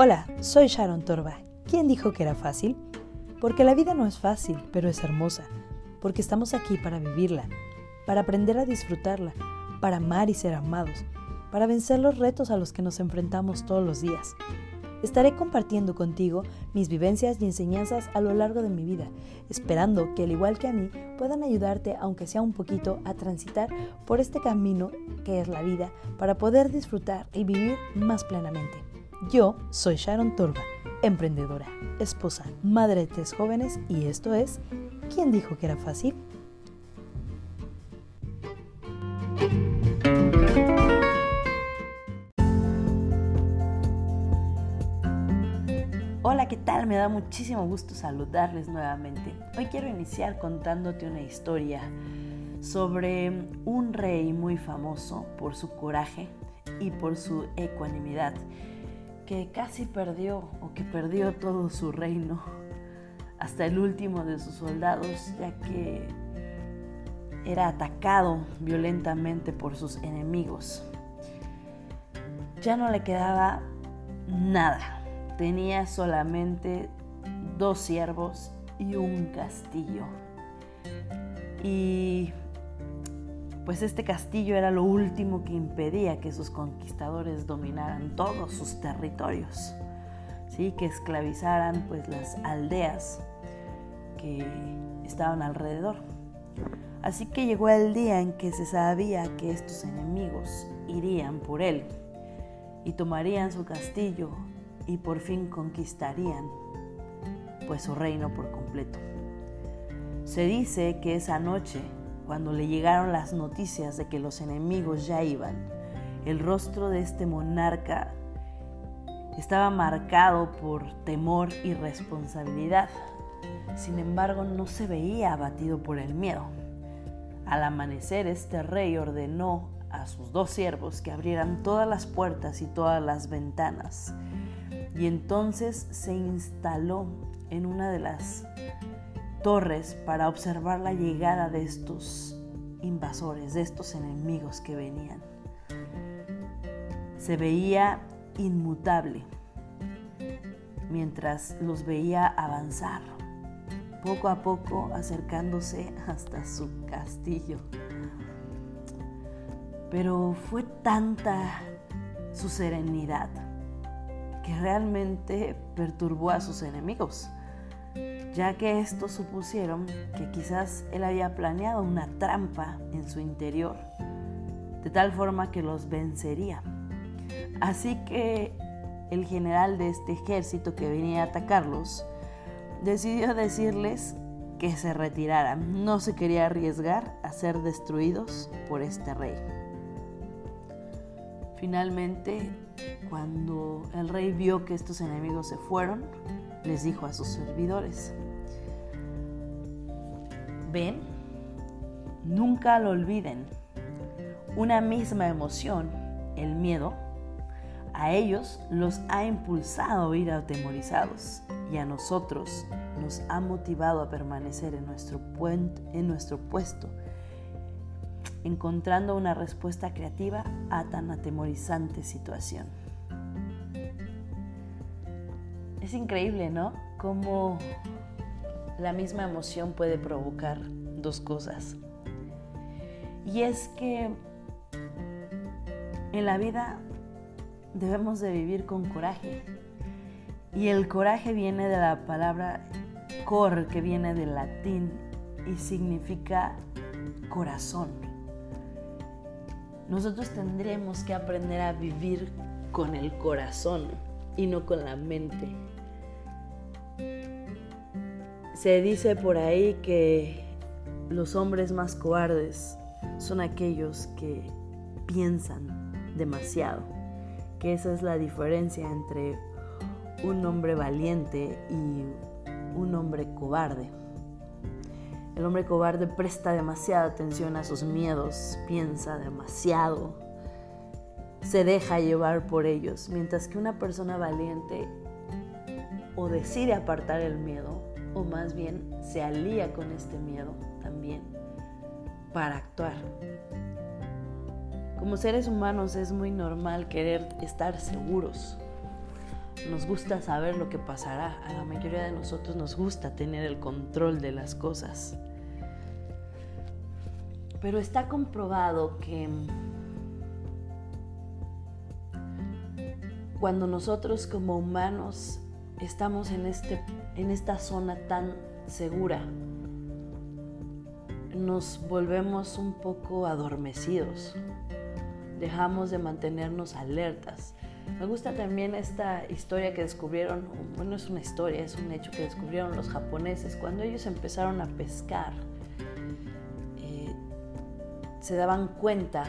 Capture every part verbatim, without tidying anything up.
Hola, soy Sharon Torba. ¿Quién dijo que era fácil? Porque la vida no es fácil, pero es hermosa. Porque estamos aquí para vivirla, para aprender a disfrutarla, para amar y ser amados, para vencer los retos a los que nos enfrentamos todos los días. Estaré compartiendo contigo mis vivencias y enseñanzas a lo largo de mi vida, esperando que al igual que a mí puedan ayudarte, aunque sea un poquito, a transitar por este camino que es la vida para poder disfrutar y vivir más plenamente. Yo soy Sharon Torba, emprendedora, esposa, madre de tres jóvenes y esto es ¿Quién dijo que era fácil? Hola, ¿qué tal? Me da muchísimo gusto saludarles nuevamente. Hoy quiero iniciar contándote una historia sobre un rey muy famoso por su coraje y por su ecuanimidad, que casi perdió o que perdió todo su reino, hasta el último de sus soldados, ya que era atacado violentamente por sus enemigos. Ya no le quedaba nada. Tenía solamente dos siervos y un castillo. Y pues este castillo era lo último que impedía que sus conquistadores dominaran todos sus territorios, ¿sí? Que esclavizaran pues las aldeas que estaban alrededor. Así que llegó el día en que se sabía que estos enemigos irían por él y tomarían su castillo y por fin conquistarían pues su reino por completo. Se dice que esa noche, cuando le llegaron las noticias de que los enemigos ya iban, el rostro de este monarca estaba marcado por temor y responsabilidad. Sin embargo, no se veía abatido por el miedo. Al amanecer, este rey ordenó a sus dos siervos que abrieran todas las puertas y todas las ventanas. Y entonces se instaló en una de las torres para observar la llegada de estos invasores, de estos enemigos que venían. Se veía inmutable mientras los veía avanzar, poco a poco acercándose hasta su castillo. Pero fue tanta su serenidad que realmente perturbó a sus enemigos, ya que estos supusieron que quizás él había planeado una trampa en su interior, de tal forma que los vencería. Así que el general de este ejército que venía a atacarlos decidió decirles que se retiraran. No se quería arriesgar a ser destruidos por este rey. Finalmente, cuando el rey vio que estos enemigos se fueron, les dijo a sus servidores: ven, nunca lo olviden. Una misma emoción, el miedo, a ellos los ha impulsado a ir atemorizados y a nosotros nos ha motivado a permanecer en nuestro, puent, en nuestro puesto, encontrando una respuesta creativa a tan atemorizante situación. Es increíble, ¿no? Cómo la misma emoción puede provocar dos cosas. Y es que en la vida debemos de vivir con coraje. Y el coraje viene de la palabra cor, que viene del latín y significa corazón. Nosotros tendremos que aprender a vivir con el corazón y no con la mente. Se dice por ahí que los hombres más cobardes son aquellos que piensan demasiado, que esa es la diferencia entre un hombre valiente y un hombre cobarde. El hombre cobarde presta demasiada atención a sus miedos, piensa demasiado, se deja llevar por ellos, mientras que una persona valiente o decide apartar el miedo, o más bien se alía con este miedo también para actuar. Como seres humanos es muy normal querer estar seguros, nos gusta saber lo que pasará. A la mayoría de nosotros nos gusta tener el control de las cosas. Pero está comprobado que cuando nosotros como humanos estamos en, este, en esta zona tan segura, nos volvemos un poco adormecidos, dejamos de mantenernos alertas. Me gusta también esta historia que descubrieron, bueno, es una historia, es un hecho que descubrieron los japoneses. Cuando ellos empezaron a pescar, eh, se daban cuenta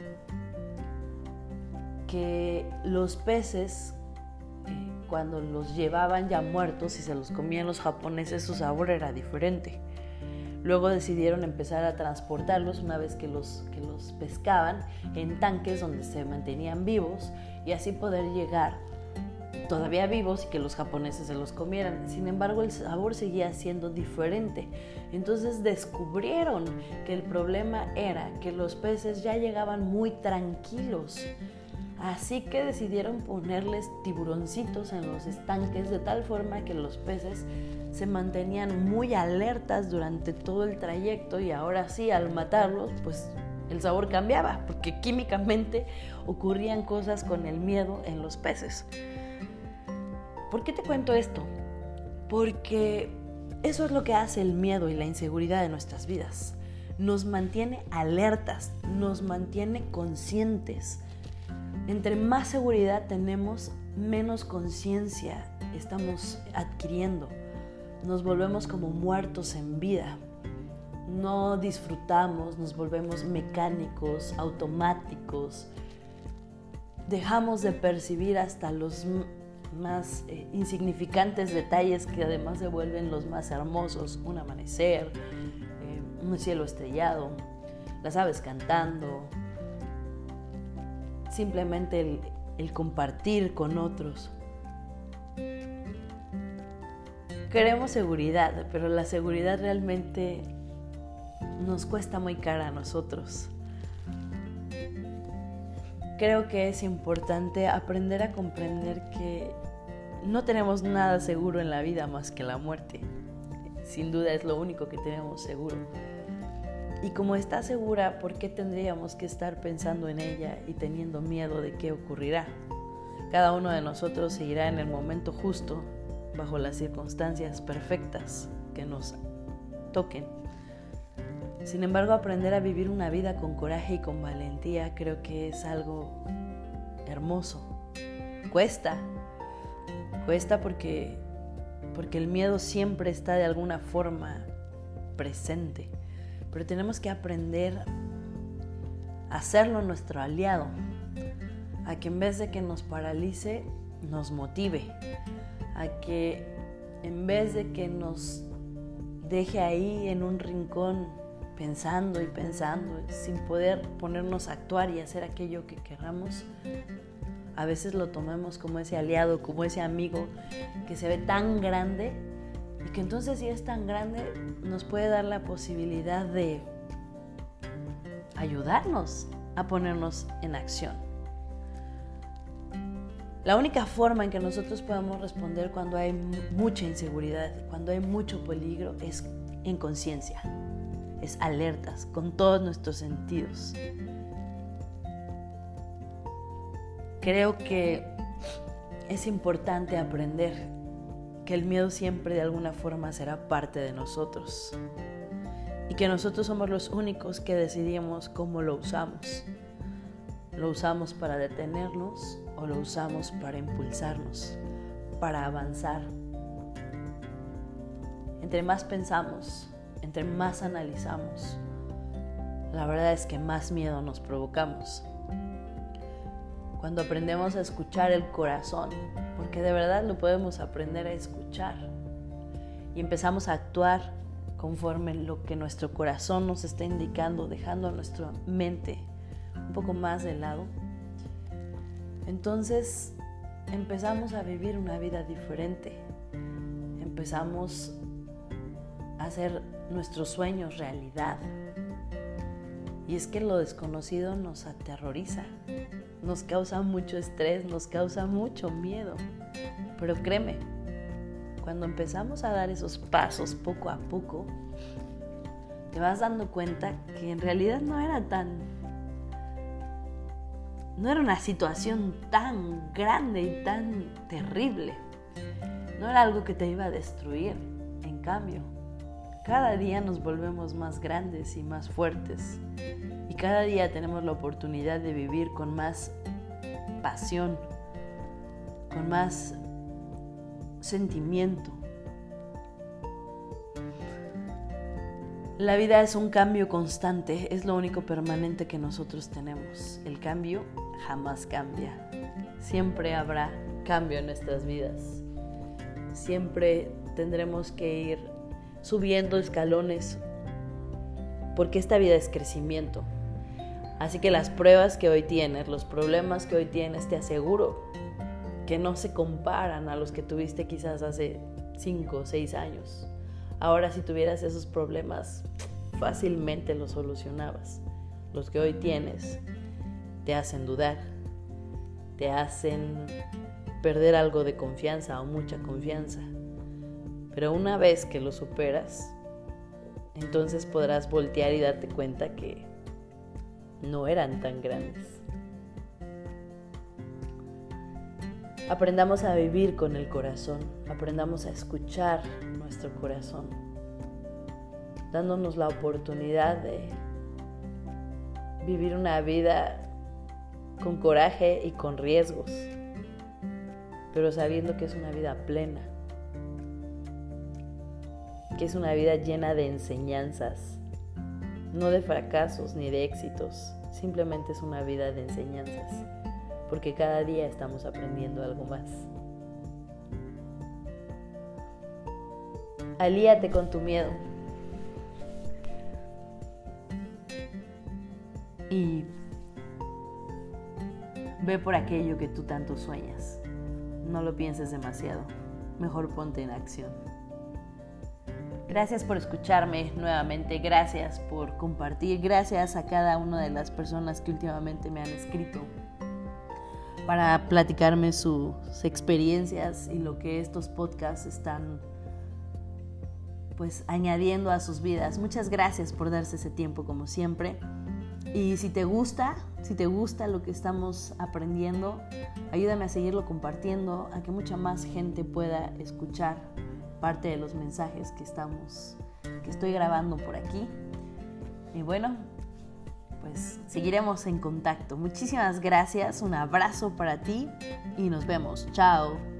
que los peces, eh, cuando los llevaban ya muertos y se los comían los japoneses, su sabor era diferente. Luego decidieron empezar a transportarlos una vez que los, que los pescaban en tanques donde se mantenían vivos y así poder llegar todavía vivos y que los japoneses se los comieran. Sin embargo, el sabor seguía siendo diferente. Entonces descubrieron que el problema era que los peces ya llegaban muy tranquilos. Así que decidieron ponerles tiburoncitos en los estanques de tal forma que los peces se mantenían muy alertas durante todo el trayecto y ahora sí, al matarlos, pues el sabor cambiaba, porque químicamente ocurrían cosas con el miedo en los peces. ¿Por qué te cuento esto? Porque eso es lo que hace el miedo y la inseguridad de nuestras vidas. Nos mantiene alertas, nos mantiene conscientes. Entre más seguridad tenemos, menos conciencia estamos adquiriendo. Nos volvemos como muertos en vida. No disfrutamos, nos volvemos mecánicos, automáticos. Dejamos de percibir hasta los m- más eh, insignificantes detalles que además se vuelven los más hermosos. Un amanecer, eh, un cielo estrellado, las aves cantando. Simplemente el, el compartir con otros. Queremos seguridad, pero la seguridad realmente nos cuesta muy cara a nosotros. Creo que es importante aprender a comprender que no tenemos nada seguro en la vida más que la muerte. Sin duda es lo único que tenemos seguro. Y como está segura, ¿por qué tendríamos que estar pensando en ella y teniendo miedo de qué ocurrirá? Cada uno de nosotros seguirá en el momento justo, bajo las circunstancias perfectas que nos toquen. Sin embargo, aprender a vivir una vida con coraje y con valentía creo que es algo hermoso. Cuesta, cuesta porque, porque el miedo siempre está de alguna forma presente. Pero tenemos que aprender a hacerlo nuestro aliado, a que en vez de que nos paralice, nos motive, a que en vez de que nos deje ahí en un rincón pensando y pensando, sin poder ponernos a actuar y hacer aquello que queramos, a veces lo tomemos como ese aliado, como ese amigo que se ve tan grande y que entonces si es tan grande nos puede dar la posibilidad de ayudarnos a ponernos en acción. La única forma en que nosotros podemos responder cuando hay mucha inseguridad, cuando hay mucho peligro, es en conciencia, es alertas, con todos nuestros sentidos. Creo que es importante aprender que el miedo siempre de alguna forma será parte de nosotros y que nosotros somos los únicos que decidimos cómo lo usamos. ¿Lo usamos para detenernos o lo usamos para impulsarnos, para avanzar? Entre más pensamos, entre más analizamos, la verdad es que más miedo nos provocamos. Cuando aprendemos a escuchar el corazón, porque de verdad lo podemos aprender a escuchar, y empezamos a actuar conforme lo que nuestro corazón nos está indicando, dejando a nuestra mente un poco más de lado, entonces empezamos a vivir una vida diferente, empezamos a hacer nuestros sueños realidad. Y es que lo desconocido nos aterroriza, nos causa mucho estrés, nos causa mucho miedo. Pero créeme, cuando empezamos a dar esos pasos poco a poco, te vas dando cuenta que en realidad no era tan... No era una situación tan grande y tan terrible. No era algo que te iba a destruir. En cambio, cada día nos volvemos más grandes y más fuertes. Y cada día tenemos la oportunidad de vivir con más pasión, con más sentimiento. La vida es un cambio constante, es lo único permanente que nosotros tenemos. El cambio jamás cambia. Siempre habrá cambio en nuestras vidas. Siempre tendremos que ir subiendo escalones, porque esta vida es crecimiento. Así que las pruebas que hoy tienes, los problemas que hoy tienes, te aseguro que no se comparan a los que tuviste quizás hace cinco o seis años. Ahora, si tuvieras esos problemas, fácilmente los solucionabas. Los que hoy tienes te hacen dudar, te hacen perder algo de confianza o mucha confianza. Pero una vez que lo superas, entonces podrás voltear y darte cuenta que no eran tan grandes. Aprendamos a vivir con el corazón, aprendamos a escuchar nuestro corazón, dándonos la oportunidad de vivir una vida con coraje y con riesgos, pero sabiendo que es una vida plena, que es una vida llena de enseñanzas, no de fracasos ni de éxitos, simplemente es una vida de enseñanzas, porque cada día estamos aprendiendo algo más. Alíate con tu miedo y ve por aquello que tú tanto sueñas. No lo pienses demasiado, mejor ponte en acción. Gracias por escucharme nuevamente, gracias por compartir, gracias a cada una de las personas que últimamente me han escrito para platicarme sus experiencias y lo que estos podcasts están pues añadiendo a sus vidas. Muchas gracias por darse ese tiempo como siempre. Y si te gusta, si te gusta lo que estamos aprendiendo, ayúdame a seguirlo compartiendo, a que mucha más gente pueda escuchar parte de los mensajes que estamos, que estoy grabando por aquí. Y bueno, pues seguiremos en contacto. Muchísimas gracias, un abrazo para ti y nos vemos. Chao.